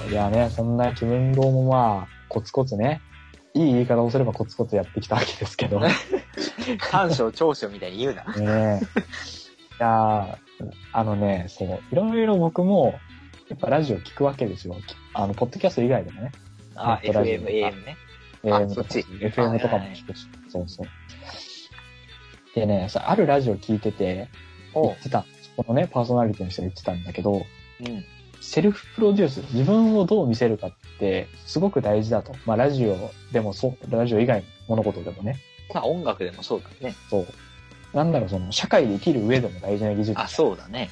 いやね、そんな気分堂もまあ、コツコツね、いい言い方をすればコツコツやってきたわけですけど。 短所長所みたいに言うな。 ねえ。いやそう、いろいろ僕も、やっぱラジオ聞くわけですよ。ポッドキャスト以外でもね。 あ、 ネットラジオ FM、 とか AM ね。 AM そっち。 FM とかも聞くし、そうそう。でね、あるラジオ聞いてて、言ってた、このね、パーソナリティの人が言ってたんだけど、セルフプロデュース、自分をどう見せるかってすごく大事だと。まあラジオでもそう、ラジオ以外の物事でもね。 まあ音楽でもそうだね。 そう。なんだろう、その社会で生きる上でも大事な技術。 あ、そうだね。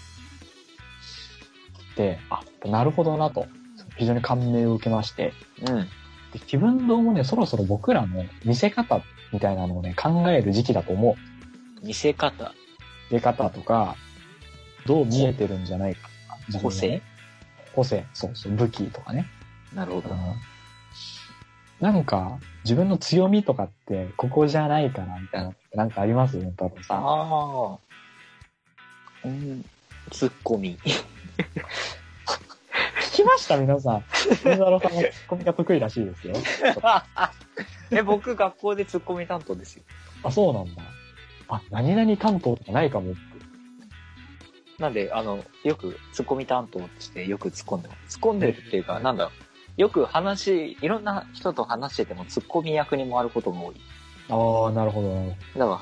で、なるほどなと、非常に感銘を受けまして。 うん。 で気分堂もね、そろそろ僕らの見せ方みたいなのをね、考える時期だと思う。 見せ方。 見せ方とか、どう見えてるんじゃないかとか。 個性。 個性、そうそう、武器とかね。 なるほど。 なんか、自分の強みとかって、ここじゃないかな、みたいな。なんかありますよ、太郎さん。 ああ。ツッコミ。 聞きました皆さん。太郎さんもツッコミが得意らしいですよ。 僕学校でツッコミ担当ですよ。 あ、そうなんだ。何々担当とかないかも。 なんで、よくツッコミ担当としてよく突っ込んでます。突っ込んでるっていうか、なんだろう。よくいろんな人と話しててもツッコミ役に回ることが多い。 ああ、なるほど、なるほど。だから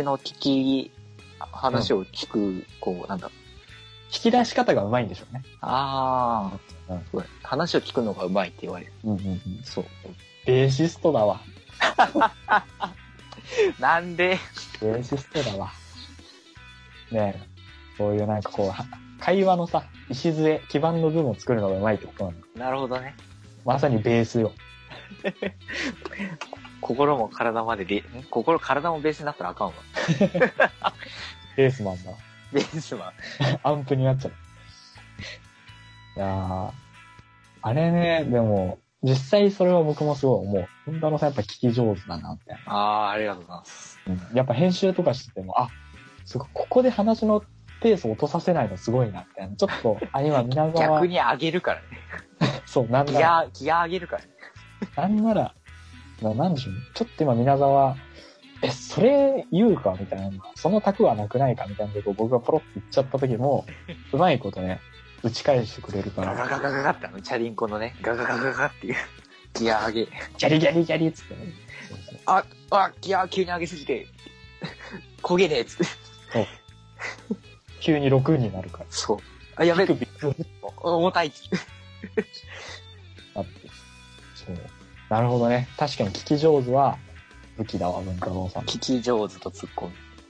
話を聞く、こう、なんだろう。 引き出し方がうまいんでしょうね。 ああ、話を聞くのがうまいって言われる。そう。 ベーシストだわ。 なんでベーシストだわ。ねえ。そういうなんかこう、会話のさ、礎、基盤の部分を作るのがうまいってことなんだ。 なるほどね。 まさにベースよ。 心も体もベースになったらあかんわ。 ベースマンだ。 ベースマン。 アンプになっちゃう。いやー、あれね、でも、実際それは僕もすごい思う。文太郎さんやっぱ聞き上手だな、みたいな。 ありがとうございます。 やっぱ編集とかしてても、すごい、ここで話のペースを落とさせないのすごいな、みたいな。ちょっと、今皆沢。 逆に上げるからね。 そう、なんなら。 ギア上げるからね。 なんなら、なんでしょうね。ちょっと今皆沢、それ言うかみたいな。その卓はなくないかみたいなことを僕がポロッと言っちゃった時も、うまいことね、打ち返してくれるから。 ガガガガガってチャリンコのね、ガガガガガっていうギア上げ。 ギャリギャリギャリっつってね。 ギア急に上げすぎて、焦げねえっつって。 そう。急に6になるから。 そう。やべえ。重たいっつって。 そう。なるほどね。確かに聞き上手は武器だわ、文太郎さん。 聞き上手とツッコミ。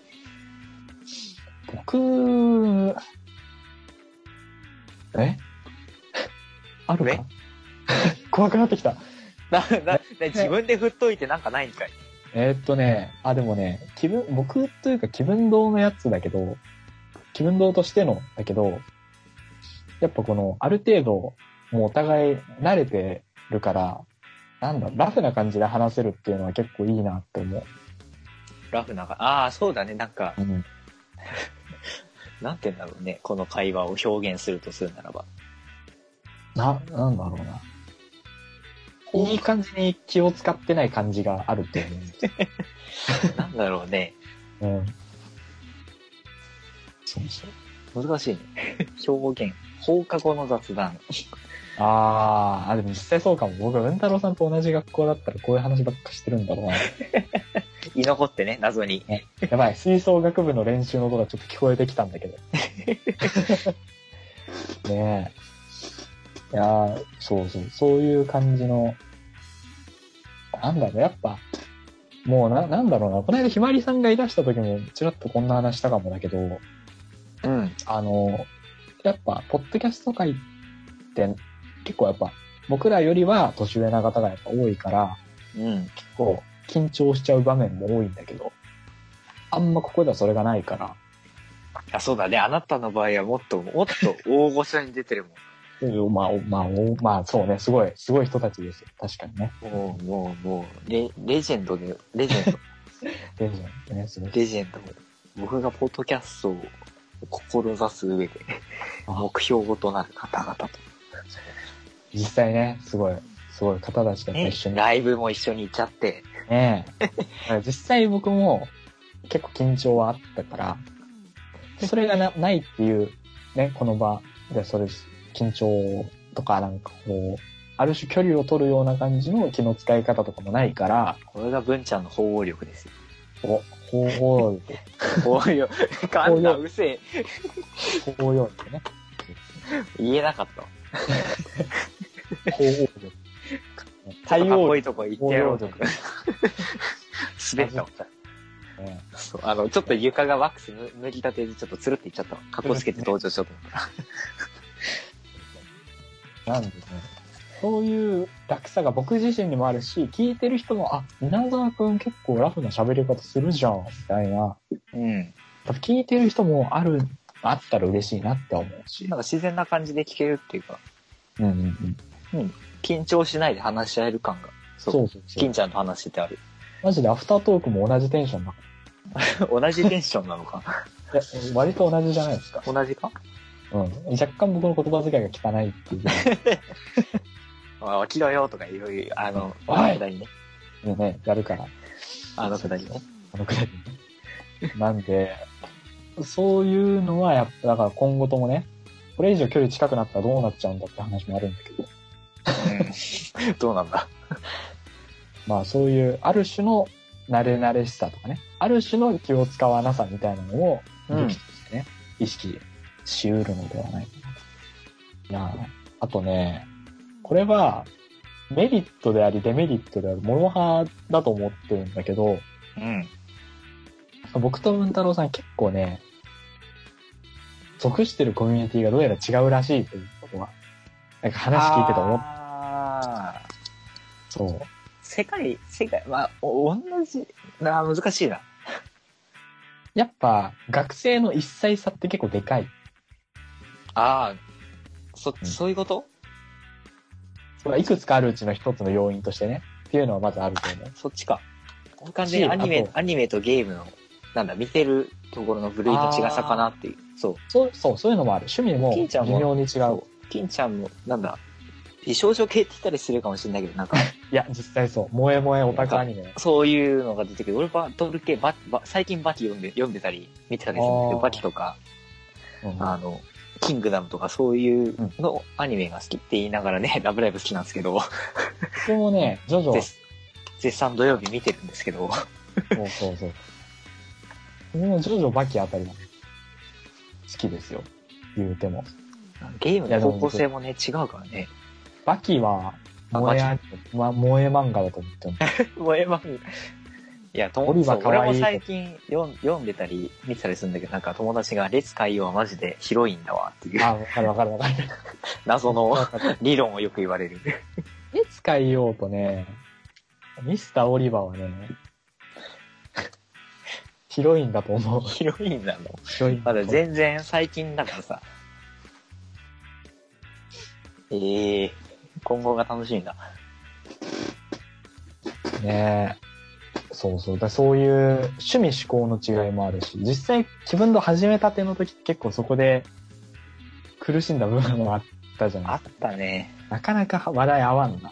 僕、あるか怖くなってきた。 自分で振っといてなんかないんかい。 でもね、僕というか気分堂のやつだけど、気分堂としてのだけど、やっぱこの、ある程度、もうお互い慣れてるから、ラフな感じで話せるっていうのは結構いいなって思う。 ラフなそうだね、なんか、なんて言うんだろうね、この会話を表現するとするならば。 なんだろうな。いい感じに気を使ってない感じがあるって思う。 なんだろうね。 そうそう。 難しいね。表現。放課後の雑談。 でも実際そうかも。僕は文太郎さんと同じ学校だったらこういう話ばっかしてるんだろうな。 居残ってね、謎に。 やばい、吹奏楽部の練習の音がちょっと聞こえてきたんだけど。ねえ。いやー、そういう感じの、やっぱ、もうなんだろうな、この間ひまりさんがいらした時もちらっとこんな話したかもだけど、やっぱ、ポッドキャスト界って結構やっぱ、僕らよりは年上な方がやっぱ多いから、結構緊張しちゃう場面も多いんだけど、あんまここではそれがないから。 そうだね、あなたの場合はもっと大御所に出てるもん。 まあ、そうね、すごい人たちですよ。確かにね。 もう、レジェンド。レジェンド。僕がポッドキャストを志す上で、目標となる方々と。 実際ね、すごい方たちが一緒に。 ライブも一緒に行っちゃって。 ねえ。実際僕も結構緊張はあったから、それがないっていう、ね、この場でそれ、緊張とかなんかこう、ある種距離を取るような感じの気の使い方とかもないから、 これが文ちゃんの包容力ですよ。 包容力。 包容力。かんな、うせえ。 包容力ね。 言えなかった。 包容力。 かっこいいとこ言ってやろうとか。滑ったもん。そう、ちょっと床がワックス塗りたてでちょっとつるっていっちゃったわ。かっこつけて登場しようと思った。 なんですね。そういう楽さが僕自身にもあるし、聞いてる人も、あ、稲沢くん結構ラフな喋り方するじゃん、みたいな。 うん。 多分聞いてる人もあったら嬉しいなって思うし。 なんか自然な感じで聞けるっていうか。 うんうんうん。うん。 緊張しないで話し合える感が。 そう。 金ちゃんと話しててある。 マジでアフタートークも同じテンションだから。同じテンションなのか。 割と同じじゃないですか。 同じかうん。若干僕の言葉遣いが汚いっていう。 起きろよとかいろいろ、 おいくだりね。 ね、やるから。 くだりね。 くだりね。なんで、そういうのはやっぱ、だから今後ともね、これ以上距離近くなったらどうなっちゃうんだって話もあるんだけど。 どうなんだ。 まあそういう、ある種の慣れ慣れしさとかね、ある種の気を使わなさみたいなのを、武器としてね、意識しうるのではないかな。いや、あとね、これは、メリットでありデメリットであるモノ派だと思ってるんだけど、 うん。 僕と文太郎さん結構ね、属してるコミュニティがどうやら違うらしいということは、なんか話聞いてて思った。そう。 世界、まあ、同じ、難しいな。 やっぱ、学生の一歳差って結構でかい。 ああ、そういうこと？ それはいくつかあるうちの一つの要因としてね、っていうのはまずあると思う。 そっちか。完全にアニメとゲームの、見てるところの部類の違さかなっていう。 そういうのもある。趣味も微妙に違う。 金ちゃんも、美少女系って言ったりするかもしれないけど、 いや、実際そう。萌え萌えオタクアニメ。 そういうのが出てくる。俺バトル系、最近バキ読んでたり、見てたりするんだけど、バキとか、キングダムとかそういうのアニメが好きって言いながらね、ラブライブ好きなんですけど。僕もね、ジョジョ。 絶賛土曜日見てるんですけど。 そう。僕もジョジョバキあたりも好きですよ。言うても。 ゲームの方向性もね、違うからね。 バキは、萌え漫画だと思ってる。 萌え漫画。いや、俺も最近読んでたり見てたりするんだけど、友達が列海王はマジで広いんだわっていう。 あ、わかる。 謎の理論をよく言われる。 列海王とね、ミスターオリバーはね、広いんだと思う。 広いんだもん。まだ全然最近だからさ。今後が楽しいんだ。 ねえ。そういう趣味嗜好の違いもあるし、実際自分の始めたての時結構そこで苦しんだ部分もあったじゃないですか。あったね。 なかなか話題合わんな、みたい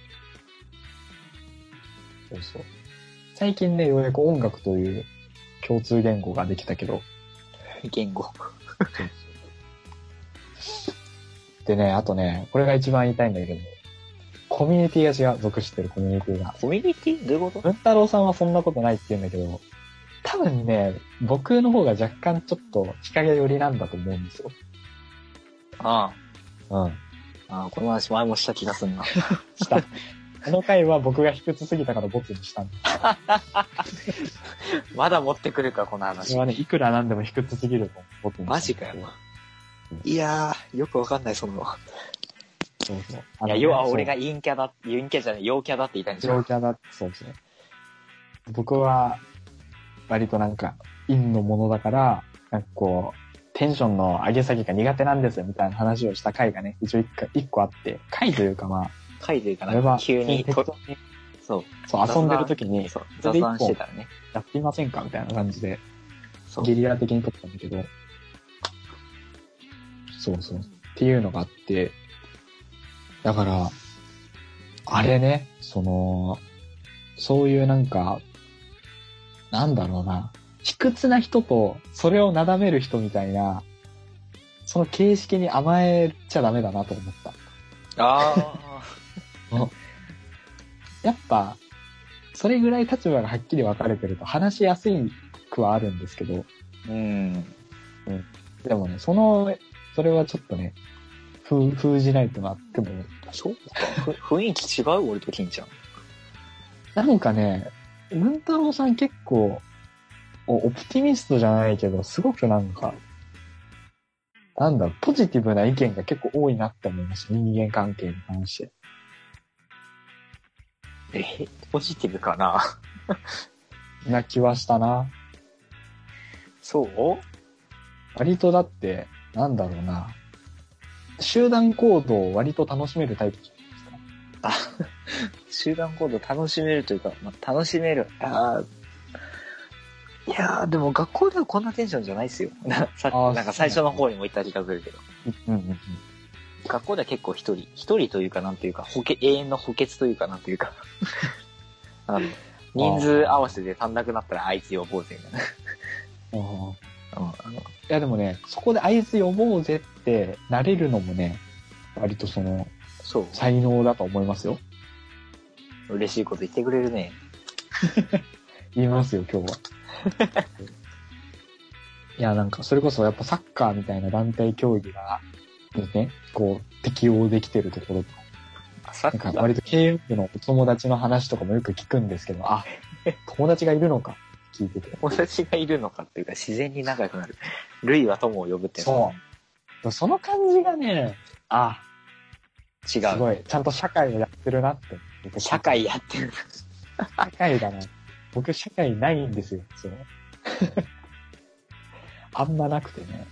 な。そう。最近ね、ようやく音楽という共通言語ができたけど。 言語。 でね、あとね、これが一番言いたいんだけど、コミュニティが違う、属してるコミュニティが。 コミュニティ？どういうこと？ 文太郎さんはそんなことないって言うんだけど、多分ね、僕の方が若干ちょっと日陰寄りなんだと思うんですよ。 ああ。うん。 ああ、この話前もした気がすんな。 した。この回は僕が卑屈すぎたからボツにしたんだ。 まだ持ってくるか、この話。 これはね、いくらなんでも卑屈すぎるとボツにした。 マジかよ。いやー、よくわかんない、その。 そう。 いや、要は俺が陰キャじゃない、陽キャだって言いたいんですよ。 陽キャだ、そうですね。僕は、割となんか、陰のものだから、なんかこう、テンションの上げ下げが苦手なんですよ、みたいな話をした回がね、一応一個あって、回というかまあ、 回というかな、急に、 そう、遊んでる時に、 雑談してたらね。 やってみませんかみたいな感じで、ゲリラ的に撮ったんだけど、そう。っていうのがあって、 だから、あれね、そういうなんか、なんだろうな、卑屈な人とそれをなだめる人みたいな、その形式に甘えちゃダメだなと思った。 ああ。やっぱ、それぐらい立場がはっきり分かれてると話しやすいくはあるんですけど。 うん。 でもね、それはちょっとね、封じないとなっても。 そうか。雰囲気違う俺と金ちゃん。 なんかね、文太郎さん結構、オプティミストじゃないけど、すごくなんか、なんだろう、ポジティブな意見が結構多いなって思いました。人間関係に関して。 ポジティブかなな気はしたな。 そう割とだって、なんだろうな。集団行動を割と楽しめるタイプじゃないですか。 集団行動楽しめるというか、楽しめる。いやー、でも学校ではこんなテンションじゃないですよ。なんか最初の方にも言った気がするけど。学校では結構一人というかなんていうか、永遠の補欠というかなんていうか、人数合わせで足んなくなったらあいつ呼ぼうぜ、みたいな。 いやでもね、そこであいつ呼ぼうぜってなれるのもね、割と才能だと思いますよ。 嬉しいこと言ってくれるね。 言いますよ、今日は。いや、なんか、それこそやっぱサッカーみたいな団体競技が、ね、こう、適応できてるところとか、なんか割と軽音部のお友達の話とかもよく聞くんですけど、友達がいるのか、聞いてて。 友達がいるのかっていうか、自然に仲良くなる。類は友を呼ぶってそう。その感じがね、 違う。すごい、ちゃんと社会をやってるなって。 社会やってる。 社会だな。僕、社会ないんですよ、あんまなくてね。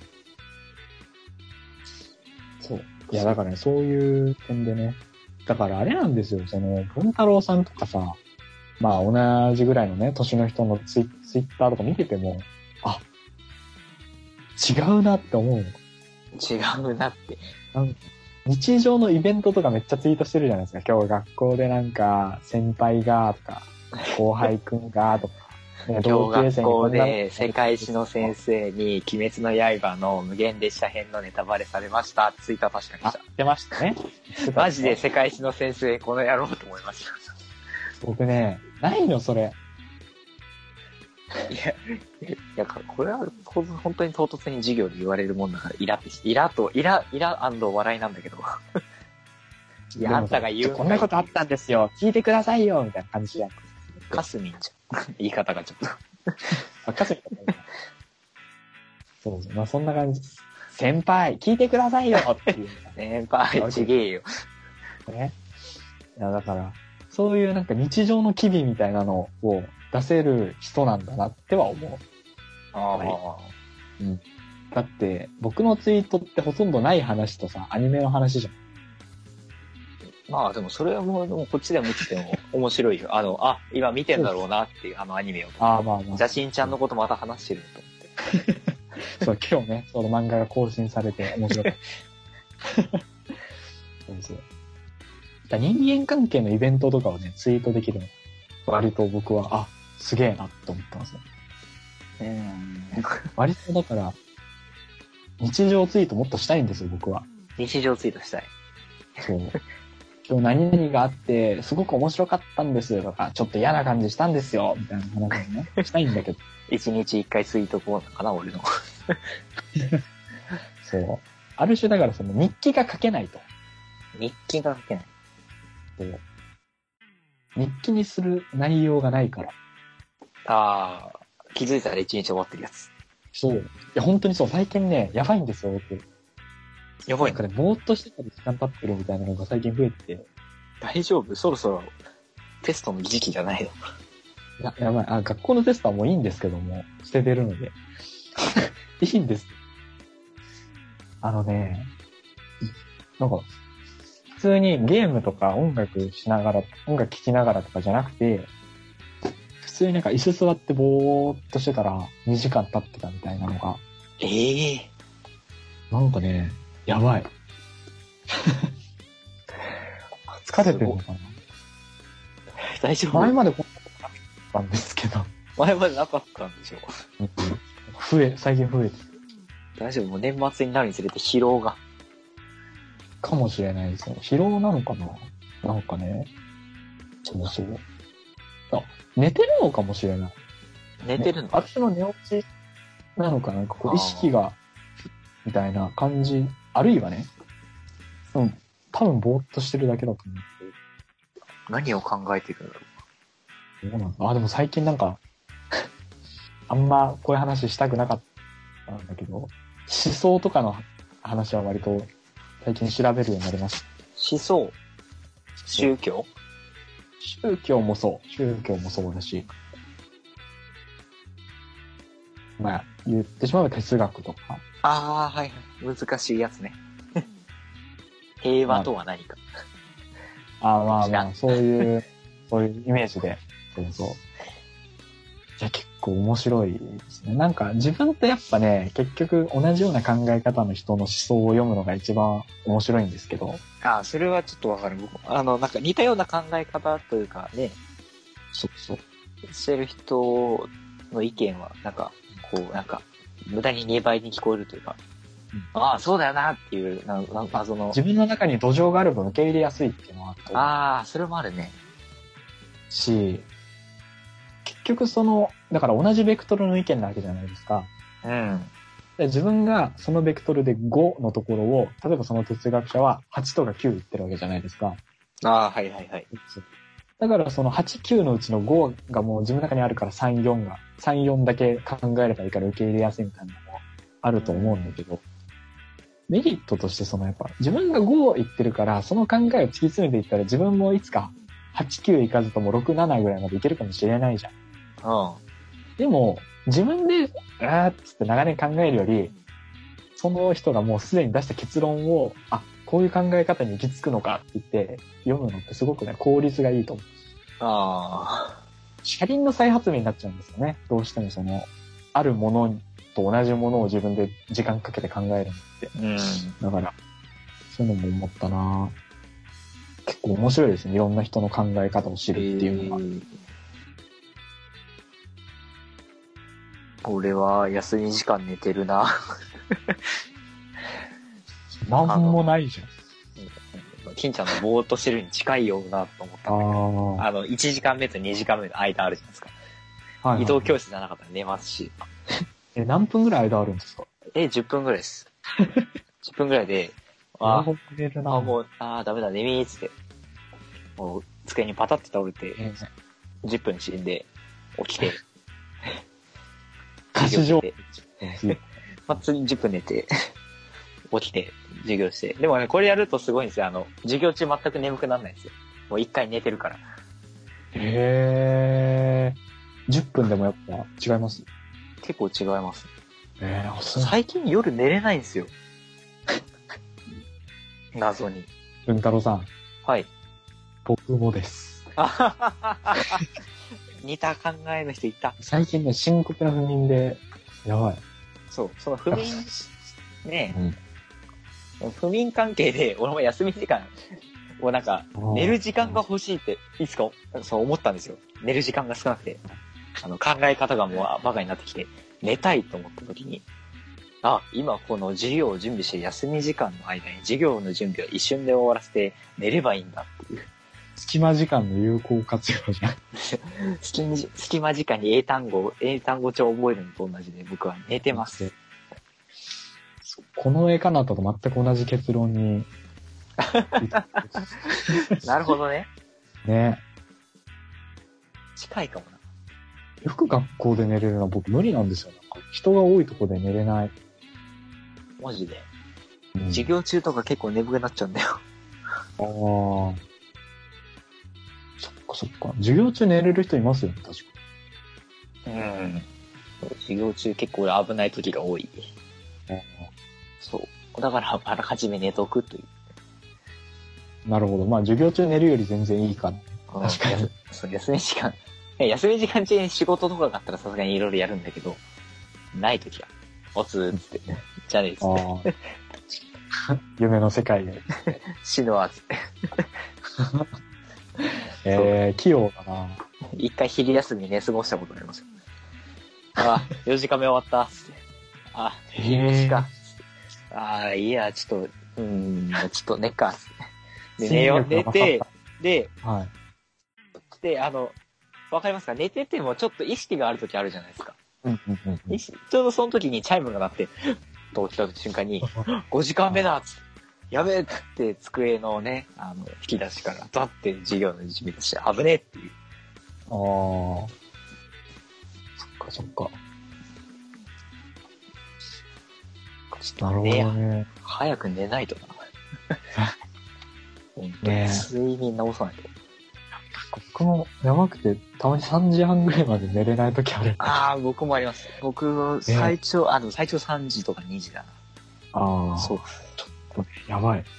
そう。いや、だからね、そういう点でね。だからあれなんですよ、文太郎さんとかさ、まあ同じぐらいのね、年の人のツイッターとか見てても、違うなって思う。 違うなって。 日常のイベントとかめっちゃツイートしてるじゃないですか。今日学校でなんか、先輩がとか、後輩くんがとか。 今日学校で世界史の先生に鬼滅の刃の無限列車編のネタバレされました。ツイッター確かにした。 出ましたね。 マジで世界史の先生この野郎と思いました。 僕ね、ないのそれ。 いや、これは本当に唐突に授業で言われるもんだから、イラ笑いなんだけど。いや、あんたが言うこんなことあったんですよ。聞いてくださいよみたいな感じじゃん。 かすみんじゃん。言い方がちょっと。 かすみんそうそう。まあそんな感じ。先輩、聞いてくださいよっていう。 先輩、ちげえよ。 ね。いや、だから、そういうなんか日常の機微みたいなのを出せる人なんだなっては思う。だって、僕のツイートってほとんどない話とさ、アニメの話じゃん。 まあでもそれはもうこっちで見てても面白いよ。今見てんだろうなっていうアニメを。邪神ちゃんのことまた話してると思って。 そう、今日ね、その漫画が更新されて面白かった。そう。人間関係のイベントとかをね、ツイートできるの。割と僕は、すげえなって思ってますね。割とだから、日常ツイートもっとしたいんですよ、僕は。 日常ツイートしたい。 そう。今日何々があって、すごく面白かったんですとか、ちょっと嫌な感じしたんですよ、みたいな話をね、したいんだけど。 一日一回ツイートこうかな、俺の。 そう。ある種だから日記が書けないと。 日記が書けない。 そう。日記にする内容がないから。 気づいたら一日終わってるやつ。 そう。いや、本当にそう。最近ね、やばいんですよ、僕。 やばい。 なんかね、ぼーっとしてたり時間経ってるみたいなのが最近増えてて。 大丈夫？そろそろテストの時期じゃないの？ いや、やばい。学校のテストはもういいんですけども、捨ててるので。いいんです。なんか、普通にゲームとか音楽聴きながらとかじゃなくて、普通になんか椅子座ってぼーっとしてたら2時間経ってたみたいなのが。なんかね、やばい。 疲れてるのかな。 大丈夫？ 前までこんなことなかったんですけど。 前までなかったんでしょ。 最近増えてる。 大丈夫？もう年末になるにつれて疲労が。 かもしれないですね。疲労なのかな。なんかね。そうそう。寝てるのかもしれない。 寝てるの？ 私の寝落ちなのかな。なんかこう意識が、みたいな感じ。あるいはね。多分ぼーっとしてるだけだと思う。 何を考えてるんだろう。そうなんだ。でも最近なんか、あんまこういう話したくなかったんだけど、思想とかの話は割と最近調べるようになりました。 思想？宗教？ 宗教もそう。宗教もそうだし。まあ、言ってしまえば哲学とか。 ああ、はいはい。難しいやつね。平和とは何か。 まあ、そういうイメージで。そうそう。じゃあ結構面白いですね。なんか自分とやっぱね、結局同じような考え方の人の思想を読むのが一番面白いんですけど。 それはちょっとわかる。なんか似たような考え方というかね。 そうそう。 してる人の意見は、なんか、無駄に2倍に聞こえるというか。ああ、そうだよなっていう、 自分の中に土壌がある分受け入れやすいっていうのはああ、それもあるね。 し、結局だから同じベクトルの意見なわけじゃないですか。 うん。 で自分がそのベクトルで5のところを、例えばその哲学者は8とか9言ってるわけじゃないですか。 ああ、はいはいはい。 だからその8、9のうちの5がもう自分の中にあるから3、4だけ考えればいいから受け入れやすいみたいなのもあると思うんだけど、メリットとしてやっぱ自分が5を言ってるから、その考えを突き詰めていったら自分もいつか8、9いかずとも6、7ぐらいまでいけるかもしれないじゃん。でも、自分で、つって長年考えるより、その人がもうすでに出した結論を、こういう考え方に行き着くのかって言って読むのってすごくね、効率がいいと思う。車輪の再発明になっちゃうんですよね。どうしてもあるものと同じものを自分で時間かけて考えるのって。だから、そういうのも思ったな。結構面白いですね。いろんな人の考え方を知るっていうのは。 俺は休み時間寝てるな。 なんもないじゃん。 金ちゃんのぼーっとしてるに近いようなと思ったんだけど、1時間目と2時間目の間あるじゃないですか。はいはいはい、移動教室じゃなかったら寝ますし。 何分ぐらい間あるんですか ？10分ぐらいです。10分ぐらいで、もう、ダメだ、眠いっつって、もう机にパタッと倒れて、10分死んで、起きて、 授業して、 普通に10分寝て、起きて、授業して。でもね、これやるとすごいんですよ。授業中全く眠くならないんですよ。もう一回寝てるから。 10分でもやっぱ違います？ 結構違います。最近夜寝れないんですよ。謎に。 文太郎さん。 はい。 僕もです。 似た考えの人いた。 最近ね、深刻な不眠で、やばい。 そう、その不眠、ね不眠関係で、俺も休み時間、もうなんか、寝る時間が欲しいって、いつか、そう思ったんですよ。寝る時間が少なくて。考え方がもうバカになってきて、寝たいと思った時に、今この授業を準備して休み時間の間に授業の準備を一瞬で終わらせて寝ればいいんだっていう。 隙間時間の有効活用じゃん。 隙間時間に英単語帳を覚えるのと同じで僕は寝てます。 この絵かなと全く同じ結論に。 なるほどね。 ね。 近いかもな。 よく学校で寝れるのは僕無理なんですよ。なんか人が多いとこで寝れない。 マジで、授業中とか結構眠くなっちゃうんだよ。 そっか。授業中寝れる人いますよね、確かに。授業中結構俺危ない時が多い。そう。だからあらかじめ寝とくという。 なるほど。まあ授業中寝るより全然いいから。確かに。 そう、休み時間中に仕事とかがあったらさすがにいろいろやるんだけど、ない時は、おつーっつって、じゃねえっつって。 夢の世界で。 死ぬわっつって。 器用だな。 一回昼休み寝過ごしたことありますよ。あ、4時間目終わった。つって。あ、4時か。あ、いや、ちょっと、ちょっと寝っか。つって。で、寝て、で、 はい。 で、わかりますか？寝ててもちょっと意識がある時あるじゃないですか。ちょうどその時にチャイムが鳴って、と起きた瞬間に、5時間目だっつって、やべえって机のね、引き出しからザって授業の準備として危ねえっていう。 ああ。そっかそっか。なるほどね。 早く寝ないとな。本当に睡眠直さないと。 僕もやばくて、たまに3時半ぐらいまで寝れない時ある。 ああ、僕もあります。僕、最長3時とか2時だな。 ああ。そう。ちょっと、やばい。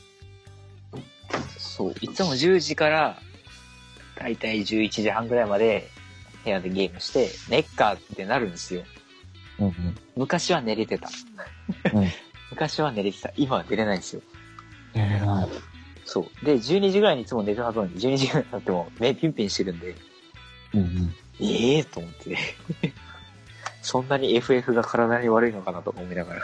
そう。いつも10時から、だいたい11時半ぐらいまで部屋でゲームして、寝っかってなるんですよ。昔は寝れてた。昔は寝れてた。今は寝れないんですよ。 寝れない。 そう。で、12時ぐらいにいつも寝るはずなのに、12時ぐらいになっても目ピンピンしてるんで、ええと思って。そんなに FF が体に悪いのかなと思いながら。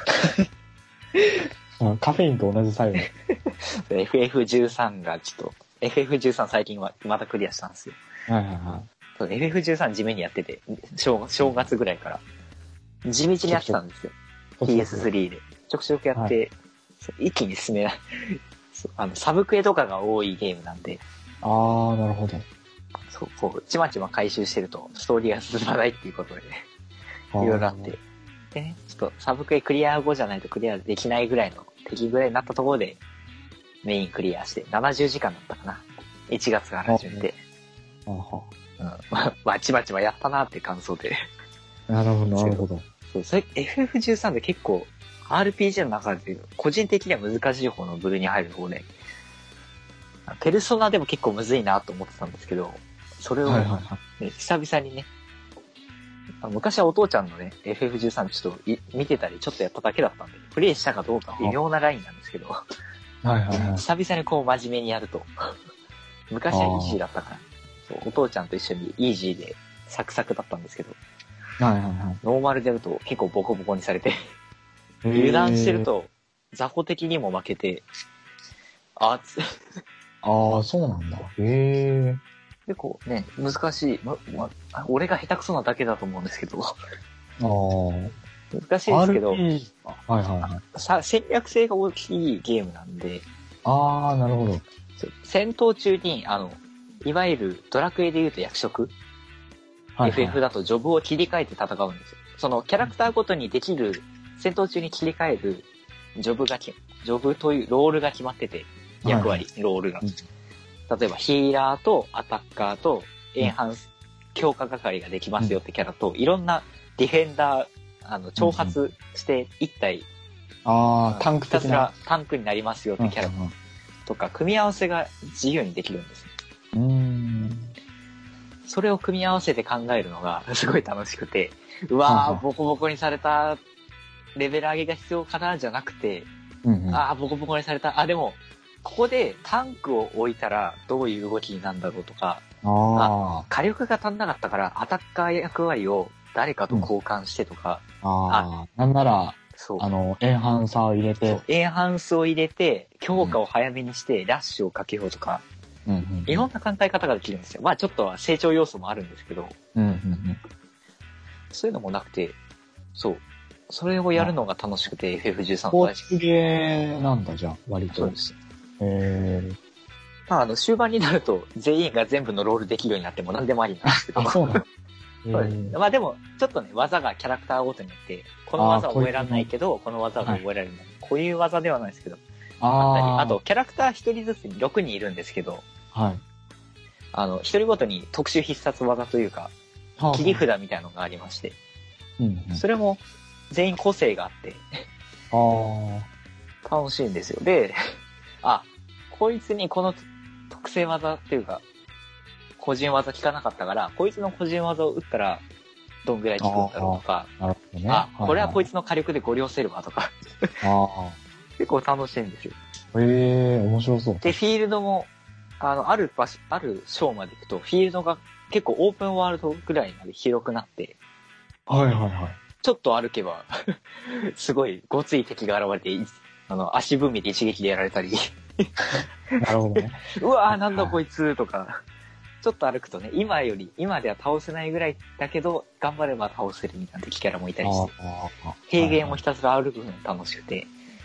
カフェインと同じ作用。 FF13 がちょっと、FF13 最近はまたクリアしたんですよ。FF13 地味にやってて、正月ぐらいから。地道にやってたんですよ。PS3 で。ちょくちょくやって、一気に進めない。サブクエとかが多いゲームなんで。 ああ、なるほど。 そう、こう、ちまちま回収してると、ストーリーが進まないっていうことでね。いろいろあって。でね、ちょっとサブクエクリア後じゃないとクリアできないぐらいの敵ぐらいになったところで、メインクリアして、70時間だったかな。1月から始めて。まあ、ちまちまやったなっていう感想で。 なるほど、なるほど。 そう、それ FF13 で結構、RPG の中で、個人的には難しい方の部類に入る方で、ペルソナでも結構むずいなと思ってたんですけど、それを、久々にね、昔はお父ちゃんのね、FF13 ちょっと見てたり、ちょっとやっただけだったんで、プレイしたかどうか微妙なラインなんですけど、久々にこう真面目にやると、昔はイージーだったから、そうお父ちゃんと一緒にイージーでサクサクだったんですけど、ノーマルでやると結構ボコボコにされて、油断してると、雑魚的にも負けて、ああ、 そうなんだ。へえ。 結構ね、難しい。俺が下手くそなだけだと思うんですけど。難しいですけど、戦略性が大きいゲームなんで。 ああ、なるほど。 戦闘中に、いわゆるドラクエで言うと役職、FF だとジョブを切り替えて戦うんですよ。そのキャラクターごとにできる、戦闘中に切り替えるジョブというロールが決まってて、役割、ロールが。例えばヒーラーとアタッカーとエンハンス、強化係ができますよってキャラと、いろんなディフェンダー、挑発して一体、 タンク的な。 タンクになりますよってキャラとか、組み合わせが自由にできるんです。それを組み合わせて考えるのがすごい楽しくて、うわー、ボコボコにされたレベル上げが必要かなじゃなくて、ボコボコにされた。でも、ここでタンクを置いたらどういう動きになるんだろうとか、火力が足んなかったからアタッカー役割を誰かと交換してとか、 なんなら、エンハンサーを入れて。 エンハンスを入れて、強化を早めにしてラッシュをかけようとか、いろんな考え方ができるんですよ。まあちょっとは成長要素もあるんですけど、そういうのもなくて、そう。それをやるのが楽しくて、FF13 構築ゲーなんだ、じゃあ、割と。 そうです。まあ、終盤になると、全員が全部のロールできるようになっても何でもありなんですけど。 そうなんだ。 まあでも、ちょっとね、技がキャラクターごとによって、この技は覚えられないけど、この技が覚えられる。こういう技ではないですけど。あと、キャラクター一人ずつに6人いるんですけど、一人ごとに特殊必殺技というか、切り札みたいなのがありまして、それも全員個性があって、楽しいんですよ。で、こいつにこの特性技っていうか、個人技効かなかったから、こいつの個人技を打ったら、どんぐらい効くんだろうとか、これはこいつの火力でご利用せるわとか、結構楽しいんですよ。 面白そう。 で、フィールドも、 ある章まで行くと、フィールドが結構オープンワールドぐらいまで広くなって、 はいはいはい。 ちょっと歩けば、すごいごつい敵が現れて、足踏みで一撃でやられたり。 なるほどね。 うわーなんだこいつとか、ちょっと歩くとね、今では倒せないぐらいだけど、頑張れば倒せるみたいな敵キャラもいたりして、平原もひたすら歩くの楽しくて、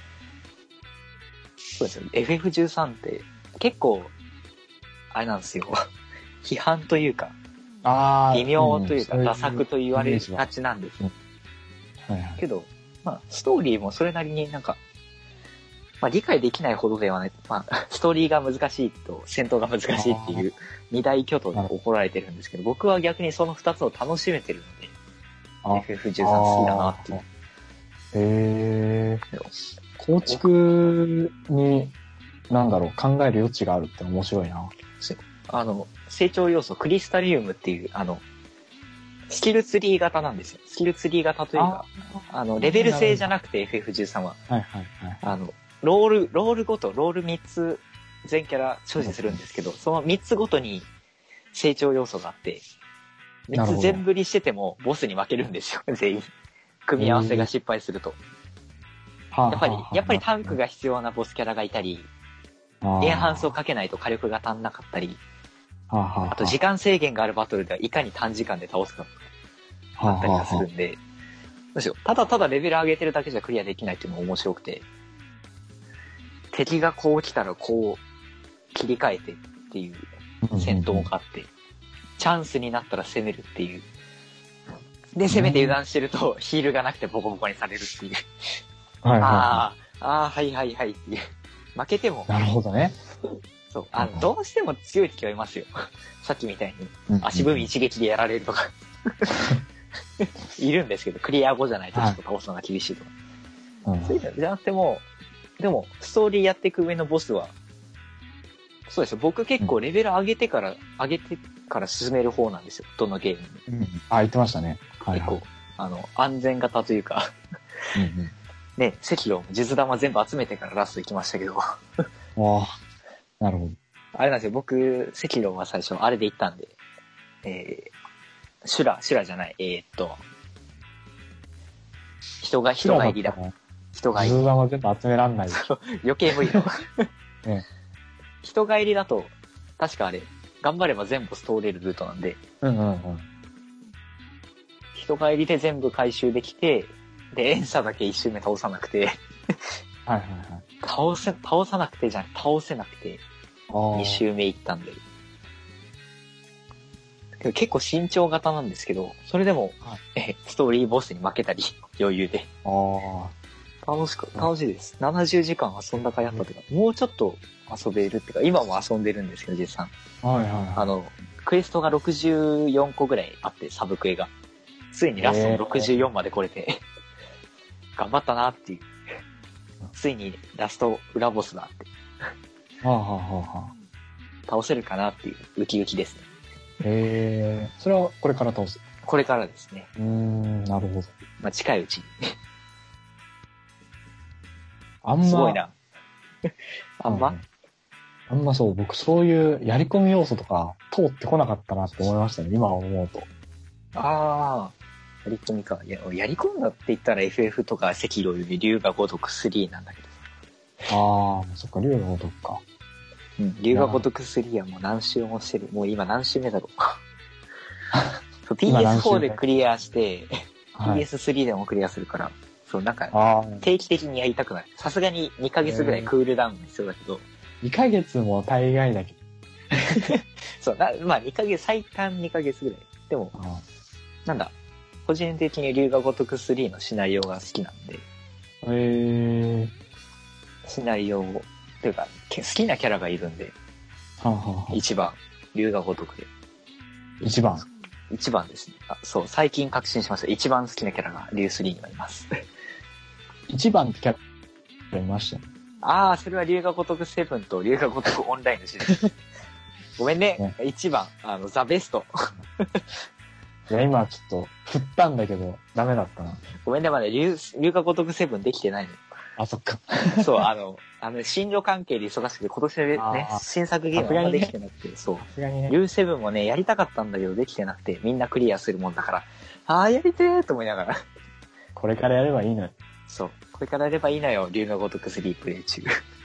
そうですよ。FF13 って結構、あれなんですよ。批判というか、微妙というか、ダ作と言われがちなんですよ。けど、まあ、ストーリーもそれなりになんか、まあ、理解できないほどではない。まあ、ストーリーが難しいと戦闘が難しいっていう二大巨頭に怒られてるんですけど、僕は逆にその二つを楽しめてるので、FF13 好きだなっていう。 へ構築に、考える余地があるって面白いな。 成長要素、クリスタリウムっていう、スキルツリー型なんですよ。スキルツリー型というか、レベル制じゃなくて FF13 は。 はいはいはい。 ロール3つ全キャラ所持するんですけど、その3つごとに成長要素があって、3つ全振りしててもボスに負けるんですよ、全員。組み合わせが失敗すると。やっぱりタンクが必要なボスキャラがいたり、エンハンスをかけないと火力が足んなかったり、あと時間制限があるバトルではいかに短時間で倒すかとか、あったりがするんで、どうしよう。ただただレベル上げてるだけじゃクリアできないっていうのも面白くて、敵がこう来たらこう切り替えてっていう戦闘があって、チャンスになったら攻めるっていう。で、攻めて油断してるとヒールがなくてボコボコにされるっていう。はいはいはいっていう。負けても。 なるほどね。 そう。どうしても強い敵はいますよ。さっきみたいに足踏み一撃でやられるとか。いるんですけど、クリア後じゃないとちょっと倒すのが厳しいとか。そういうのじゃなくても、でも、ストーリーやっていく上のボスは、そうですよ。僕結構レベル上げてから進める方なんですよ。どのゲームに。 言ってましたね。 結構、安全型というか、ね、赤狼も数珠玉全部集めてからラスト行きましたけど。 なるほど。 あれなんですよ。僕、赤狼は最初、あれで行ったんで、シュラじゃない、人が入りだ。人が入り。 数珠玉全部集めらんない。 余計無理だ。人が入りだと、確かあれ、頑張れば全部通れるルートなんで、人が入りで全部回収できて、で、エンサだけ一周目倒さなくて、倒さなくてじゃない、倒せなくて、二周目行ったんで。結構慎重型なんですけど、それでも、ストーリーボスに負けたり、余裕で。楽しいです。70時間遊んだかやったというか、もうちょっと遊べるっていうか、今も遊んでるんですけど、実際。クエストが64個ぐらいあって、サブクエが。ついにラストの64まで来れて、頑張ったなっていう。ついにラスト裏ボスだって。倒せるかなっていうウキウキですね。それはこれから倒す？ これからですね。 なるほど。 まあ近いうちに。 すごいな。あんまそう、僕そういうやり込み要素とか通ってこなかったなって思いましたね、今思うと。 やり込みか。やり込んだって言ったら FF とか赤狼より龍が如く3なんだけど。 そっか、龍が如くか。 龍が如く3はもう何周もしてる。もう今何周目だろう。PS4 でクリアして、PS3 でもクリアするから、そう、なんか、定期的にやりたくない。さすがに2ヶ月ぐらいクールダウン必要だけど。 2ヶ月も大概だけど。 そう、まあ2ヶ月、最短2ヶ月ぐらい。でも、なんだ、個人的に龍が如く3のシナリオが好きなんで。シナリオを、というか、好きなキャラがいるんで。1番、龍が如くで。 1番 ?1 番ですね。そう、最近確信しました。一番好きなキャラが龍3にはいます。 1番ってキャラいましたね。 それは龍が如く7と龍が如くオンラインのシリーズ。ごめんね。1番、ザ・ベスト。 いや、今ちょっと振ったんだけど、ダメだったな。 ごめんね、まだ龍が如く7できてないの。 あ、そっか。 そう、進路関係で忙しくて、今年でね、新作ゲームができてなくて、そう。 さすがにね。 U7 もね、やりたかったんだけど、できてなくて、みんなクリアするもんだから、ああ、やりてーと思いながら。 これからやればいいのよ。 そう。これからやればいいのよ、竜の如く3プレイ中。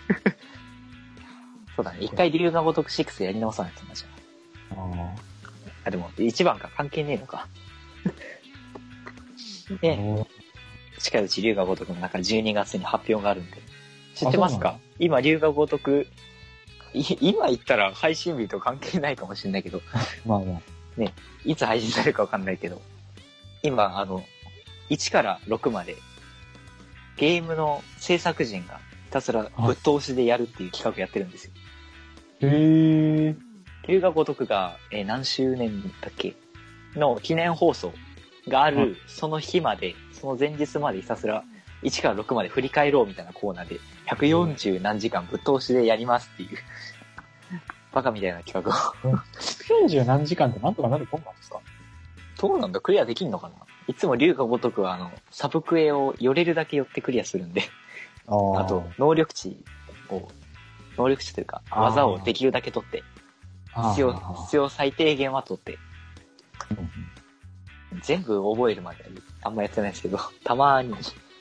そうだね、一回竜の如く6やり直さないとな、じゃあ。でも、1番か関係ねえのか。ね、近いうち竜が如くの中12月に発表があるんで。知ってますか？今、竜が如く、今言ったら配信日と関係ないかもしれないけど。 まあまあ。 ね、いつ配信されるかわかんないけど。今、1から6まで、ゲームの制作陣がひたすらぶっ通しでやるっていう企画やってるんですよ。 へー。 龍が如くが、何周年だっけの記念放送がある、その日まで、その前日までひたすら1から6まで振り返ろうみたいなコーナーで、140何時間ぶっ通しでやりますっていう、バカみたいな企画を。 140何時間ってなんとかなるもんなんですか？ どうなんだ、クリアできんのかな。いつも龍が如くはサブクエを寄れるだけ寄ってクリアするんで、あと、能力値というか、技をできるだけ取って、必要最低限は取って、全部覚えるまであんまやってないですけど、たまーに。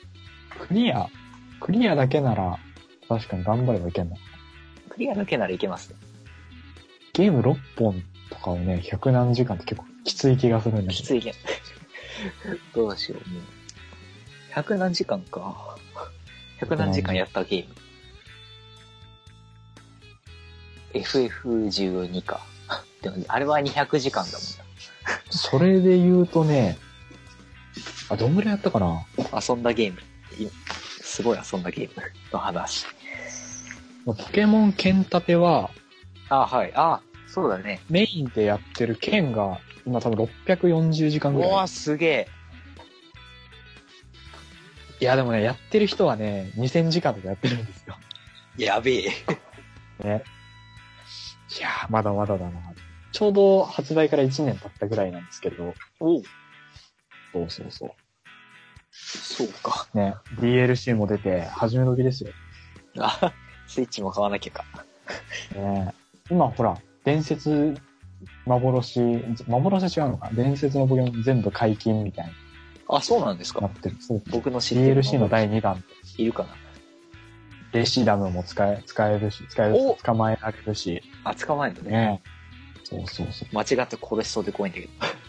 クリアだけなら、確かに頑張ればいけんの。 クリアだけならいけますね。 ゲーム6本とかをね、100何時間って結構きつい気がするんだけど。 きついけん。どうしよう、もう。100何時間か。100何時間やったゲーム。FF12 か。でも、あれは200時間だもんな。 それで言うとね、どんぐらいやったかな？ 遊んだゲーム。すごい遊んだゲームの話。 ポケモンケンタペは、 はい。そうだね。 メインでやってる剣が、今多分640時間ぐらい。 うわ、すげえ。 いや、でもね、やってる人はね、2000時間とかやってるんですよ。 やべえ。 ね。いやー、まだまだだな。ちょうど発売から1年経ったぐらいなんですけど。 おう。 そう。 そうか。 ね、DLC も出て、始め時ですよ。 スイッチも買わなきゃか。 ね、今ほら、伝説、幻違うのか、伝説のポケモン全部解禁みたいな。 あ、そうなんですか？ なってる。そう。 僕の知ってる DLC の第2弾。 いるかな？ レシダムも使えるし、捕まえられるし。 捕まえるのね。そう。 間違って殺しそうで怖いんだけ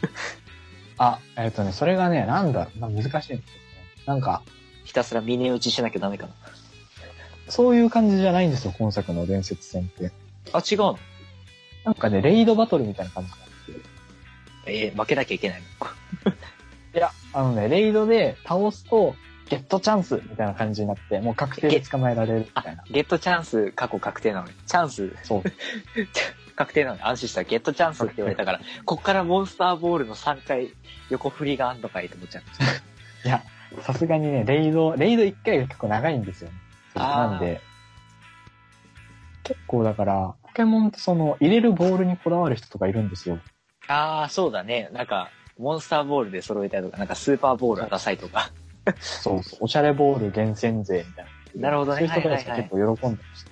ど。それがね、難しいんですよね。なんか、 ひたすら峰打ちしなきゃダメかな。 そういう感じじゃないんですよ、今作の伝説戦って。 違うの？ なんかね、レイドバトルみたいな感じなんですよ。 負けなきゃいけないの？ いや、レイドで倒すと、ゲットチャンスみたいな感じになって、もう確定で捕まえられるみたいな。 ゲットチャンス、過去確定なのに。チャンス。 そう。 確定なのに安心した。ゲットチャンスって言われたから、こっからモンスターボールの3回横振りがあんのかいと思っちゃうんですよ。 いや、さすがにね、レイド1回が結構長いんですよね。なんで、結構だから、ポケモンって入れるボールにこだわる人とかいるんですよ。 そうだね。なんか、モンスターボールで揃えたりとか、なんかスーパーボールがダサいとか。 そう。おしゃれボール厳選勢みたいな。 なるほどね。 そういう人たちが結構喜んでました。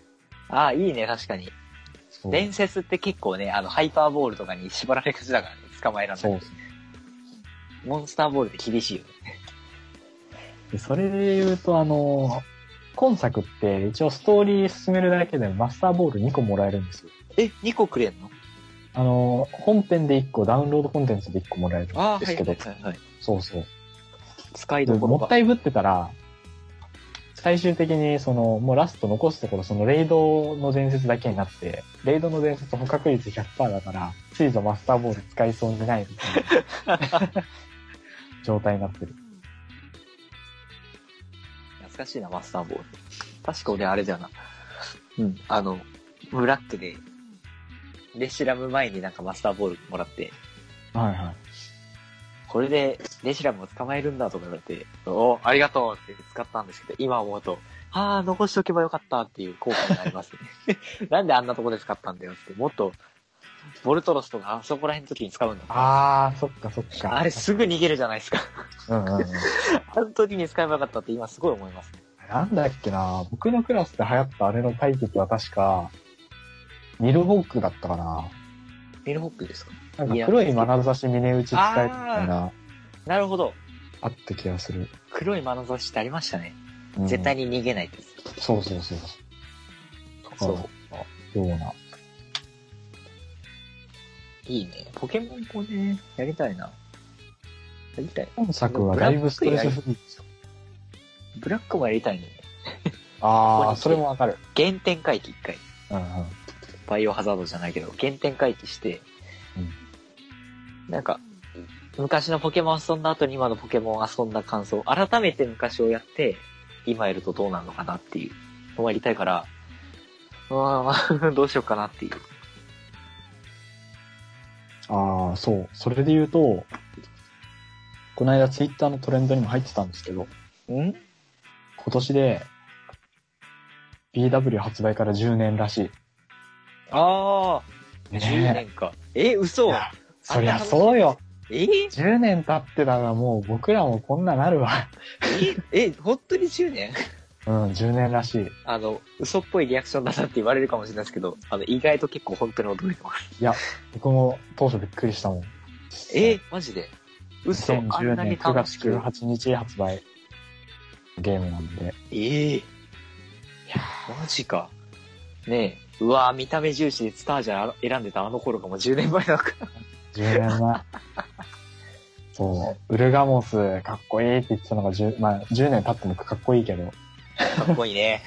いいね、確かに。伝説って結構ね、ハイパーボールとかに縛られがちだからね、捕まえられない。モンスターボールって厳しいよね。 でそれで言うと、今作って一応ストーリー進めるだけでマスターボール2個もらえるんですよ。 2個くれんの？ 本編で1個、ダウンロードコンテンツで1個もらえるんですけど。 はい。 そう。 使いどころもったいぶってたら、最終的にもうラスト残すところ、レイドの伝説だけになって、レイドの伝説捕獲率 100% だから、ついぞマスターボール使いそうにないみたいな状態になってる。 懐かしいな、マスターボール。確か俺あれだよな。ブラックで、レシラム前になんかマスターボールもらって。 はい。 これでレシラムを捕まえるんだとか言われて、ありがとうって使ったんですけど、今思うと、残しとけばよかったっていう後悔がありますね。なんであんなとこで使ったんだよって、もっと、ボルトロスとかあそこら辺の時に使うんだ。 そっか。 あれすぐ逃げるじゃないですか。 うん。 あの時に使えばよかったって今すごい思います。 なんだっけな、僕のクラスで流行ったあれの体積は確か、ミルホークだったかな。 ミルホックですか？ なんか黒い眼差し峰打ち使えたみたいな。 なるほど。 あった気がする。 黒い眼差しってありましたね。絶対に逃げないって。 そうそうそう。そう。ような。 いいね。ポケモンもね、やりたいな。やりたい。 本作はだいぶストレスフリーですよ。 ブラックもやりたいね。 ああ、それもわかる。 原点回帰一回。 うんうん。 バイオハザードじゃないけど、原点回帰して、なんか、昔のポケモン遊んだ後に今のポケモン遊んだ感想、改めて昔をやって、今やるとどうなるのかなっていうのをやりたいから、どうしようかなっていう。 ああ、そう。それで言うと、この間ツイッターのトレンドにも入ってたんですけど、今年で BW 発売から10年らしい。 ああ、ね、10年か。嘘。 そりゃそうよ。 10 年経ってたらもう僕らもこんななるわ。 本当に10年？ うん、10年らしい。 嘘っぽいリアクションだなって言われるかもしれないですけど、意外と結構本当に驚いてます。 いや、僕も当初びっくりしたもん。 マジで嘘。 2010年9月18日発売ゲームなんで。 いや、マジか。ねえ。うわぁ、見た目重視でスターじゃ選んでたあの頃がもう10年前だから。 10年前。そう。ウルガモスかっこいいって言ってたのが10年経ってもかっこいいけど。 かっこいいね。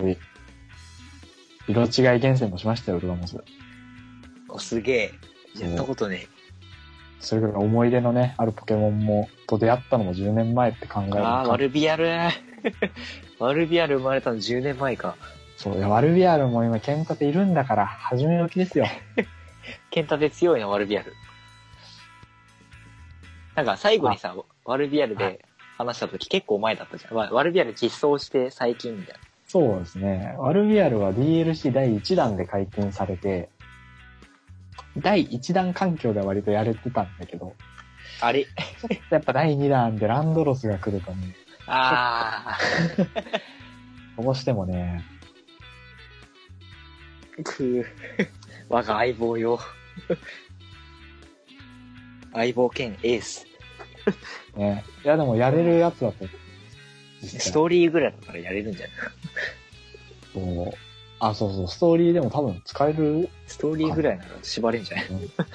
色違い厳選もしましたよ、ウルガモス。 すげえ。やったことね。 それぐらい思い出のね、あるポケモンと出会ったのも10年前って考えると。 ワルビアル。ワルビアル生まれたの10年前か。 そう、いや、ワルビアルも今、ケンタテいるんだから、始め時ですよ。 ケンタテ強いな、ワルビアル。なんか最後にさ、ワルビアルで話した時結構前だったじゃん。ワルビアル実装して最近みたいな。 そうですね。ワルビアルは DLC 第1弾で解禁されて、第1弾環境では割とやれてたんだけど、 あれやっぱ第2弾でランドロスが来るとね、どうしてもね、 我が相棒よ。相棒兼エース。 ね。いやでもやれるやつだと。 ストーリーぐらいだったらやれるんじゃない？ そう。ストーリーでも多分使える。 ストーリーぐらいなら縛れんじゃない？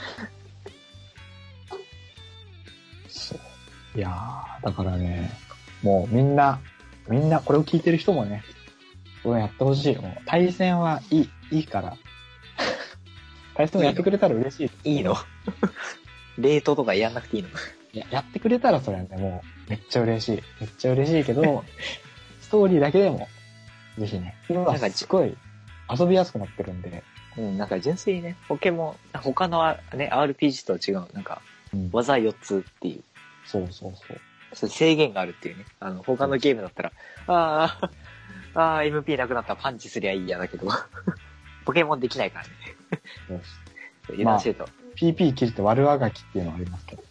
そう。いやー、だからね、もうみんなこれを聞いてる人もね、これやってほしい。もう対戦はいいから。対戦をやってくれたら嬉しい。 いいの？レートとかやんなくていいの？ やってくれたらそれはね、もうめっちゃ嬉しい。めっちゃ嬉しいけど、ストーリーだけでも、ぜひね。今はすごい遊びやすくなってるんで。 なんか純粋にね、ポケモン、他のね、RPG とは違う。なんか、技4つっていう。 そう。 それ制限があるっていうね。他のゲームだったら、MP なくなったらパンチすりゃいいやだけど、ポケモンできないからね。油断してると。 PP 切って悪あがきっていうのはありますけど。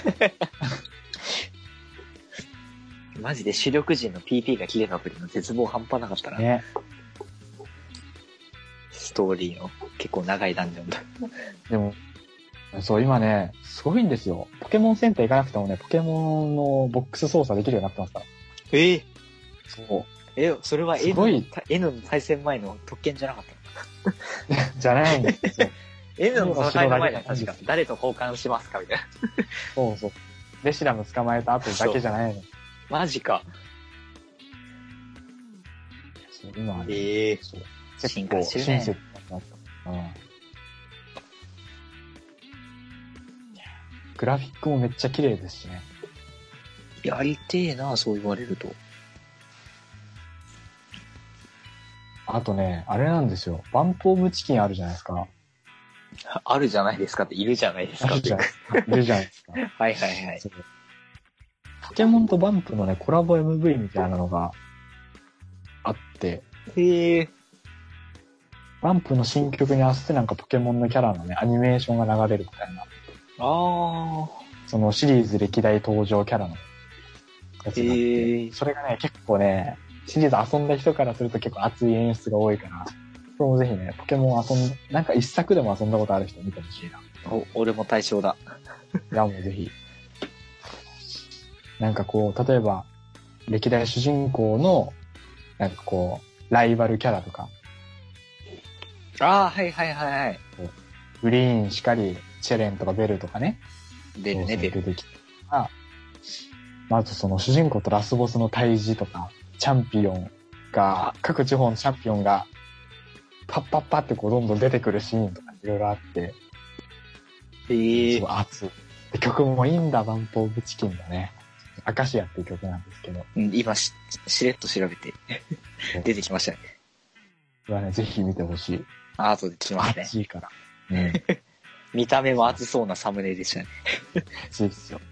マジで主力陣の PP が切れた時の絶望半端なかったな。 ね。 ストーリーの結構長いダンジョンだ。 でも、そう今ね、すごいんですよ。ポケモンセンター行かなくてもね、ポケモンのボックス操作できるようになってますから。そう。 それは N の対戦前の特権じゃなかったの？ じゃないんですよ。 N の戦いの前には確か誰と交換しますかみたいな。 そう。レシラム捕まえた後だけじゃないの。 マジか。 そう今はね、 進化してるね。 グラフィックもめっちゃ綺麗ですしね。 やりてえな、そう言われると。 あとね、あれなんですよ。バンプオブチキンあるじゃないですか。 あるじゃないですかって、いるじゃないですかって。 いるじゃないですか。 はい。 ポケモンとバンプのね、コラボ MV みたいなのがあって。バンプの新曲に合わせてなんかポケモンのキャラのね、アニメーションが流れるみたいな。そのシリーズ歴代登場キャラのやつがあって。それがね、結構ね、 シリーズ遊んだ人からすると結構熱い演出が多いから、これもぜひね、ポケモンなんか一作でも遊んだことある人見てほしいな。 俺も対象だ。 いや、もうぜひ。なんかこう、例えば、歴代主人公の、なんかこう、ライバルキャラとか。 ああ、はいはいはいはい。 グリーンしかり、チェレンとかベルとかね。 出るね、 出てきて。あとその主人公とラスボスの対峙とか、チャンピオンが、各地方のチャンピオンが、パッパッパってこうどんどん出てくるシーンとかいろいろあって、すごい熱い。曲もいいんだ、バンプオブチキンだね。アカシアっていう曲なんですけど。 今しれっと調べて出てきましたね。 これはね、ぜひ見てほしい。 後で来ますね。 熱いから。 見た目も熱そうなサムネでしたね。 熱いですよ。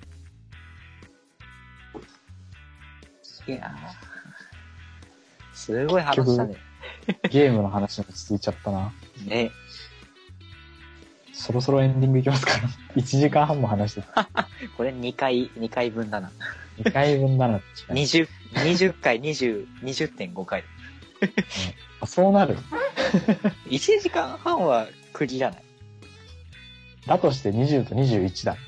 いやー、すごい話したね。 ゲームの話に落ち着いちゃったな。 ね。 そろそろエンディングいきますから。1時間半も話してた。 これ2回分だな。 2回分だな。 20回、20.5 回。 あ、そうなる。 1時間半は区切らない。 だとして20と21だ。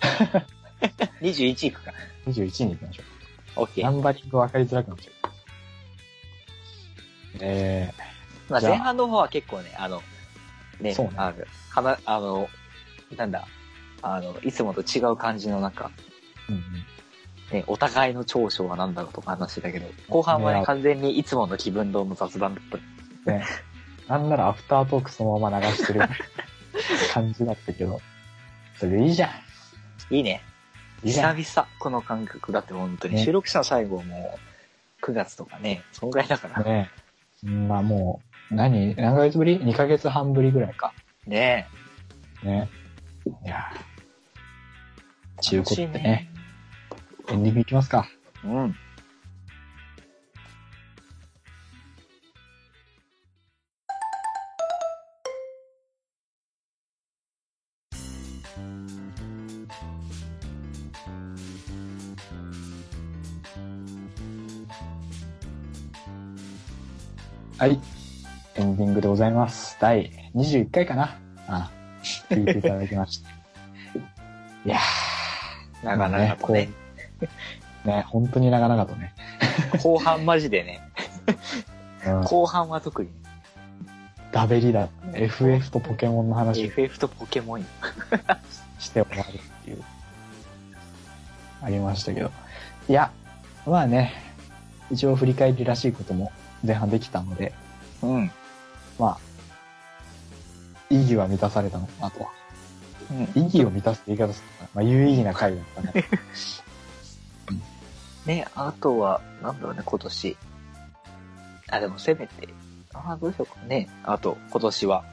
21いくか。 21に行きましょう。OK。 ナンバリング分かりづらくなっちゃう。 まあ前半の方は結構ね、ね、 そうね。 なんだ、いつもと違う感じの中、 うんうん、 ね、お互いの長所は何だろうとか話だけど、後半はね、完全にいつもの気分堂の雑談だった。 ね。なんならアフタートークそのまま流してる感じだったけど、それいいじゃん。 いいね。久々、この感覚だって本当に。ね、収録したの最後も9月とかね、そんぐらいだから。 ね。まあもう、何ヶ月ぶり ?2 ヶ月半ぶりぐらいか。 ねえ。ね。いやー。中古ってね。エンディングいきますか。 うん。 はい。エンディングでございます。第21回かな。聞いていただきました。いやー。長々とね。 ね、本当に長々とね。 後半マジでね。後半は特に。 ダベリだ。FF とポケモンの話。 FF とポケモンして終わるっていう。ありましたけど。いや、まあね、一応振り返りらしいことも前半できたので、 うん。 まあ、意義は満たされたのかなとは。うん、意義を満たすって言い方するかな。まあ、有意義な回だったね。 ね、あとは、なんだろうね、今年。でもせめて、どうしようかね。あと、今年は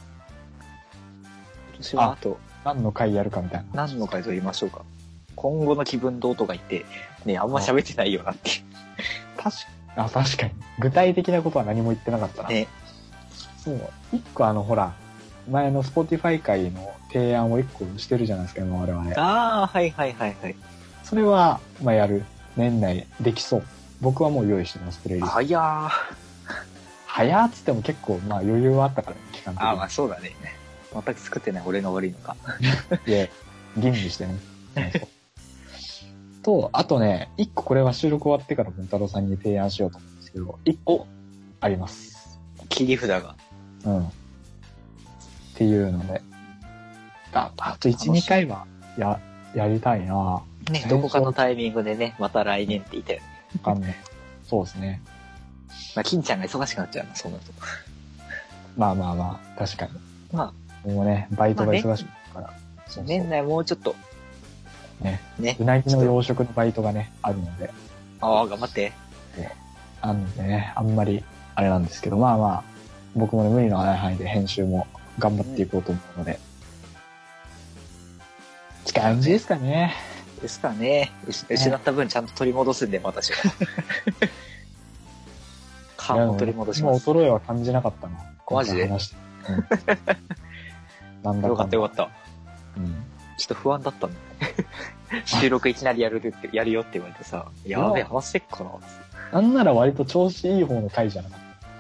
あと。 何の回やるかみたいな。 何の回と言いましょうか。今後の気分どうとか言って、ね、あんま喋ってないよなっていう。 確かに。具体的なことは何も言ってなかったな。ね。そう。一個ほら、前の Spotify 会の提案を一個してるじゃないですか、今我々。 はいはいはいはい。 それは、まあやる。年内できそう。僕はもう用意してます、プレイリスト。早ーっつっても結構、まあ余裕はあったから、期間的に。 まあそうだね。全く作ってない俺が悪いのか。 いや、吟味してね。と、あとね、一個これは収録終わってから文太郎さんに提案しようと思うんですけど、一個あります。 切り札が。 うん。っていうので、あと1、2回はやりたいな。 ね、どこかのタイミングでね、また来年って言ったよね。 わかんない。そうですね。 まあ、金ちゃんが忙しくなっちゃうな、そうなると。 まあ、確かに。 まあ。もうね、バイトが忙しくなるから。 そう年内もうちょっと。 ね。うなぎの養殖のバイトがね、あるので。 頑張って。 なのでね、あんまり、あれなんですけど、まあ、僕もね、無理のない範囲で編集も頑張っていこうと思うので。って感じですかね。 ですかね。失った分ちゃんと取り戻すんで、私は。勘を取り戻します。 もう衰えは感じなかったな。 マジでなんだよかったよかった。 うん。 ちょっと不安だったの。収録いきなりやるよって言われてさ、やべえ、話せっかな。 なんなら割と調子いい方の回じゃなかった。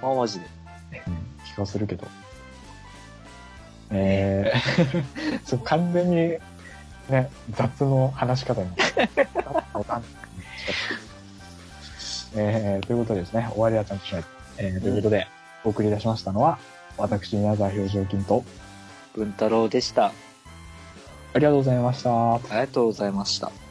あ、マジで。 気がするけど。そう、完全に、ね、雑の話し方に。ということでですね、終わりはちゃんとしない。ということで、お送り出しましたのは、私、宮沢表情筋と、 文太郎でした。 ありがとうございました。 ありがとうございました。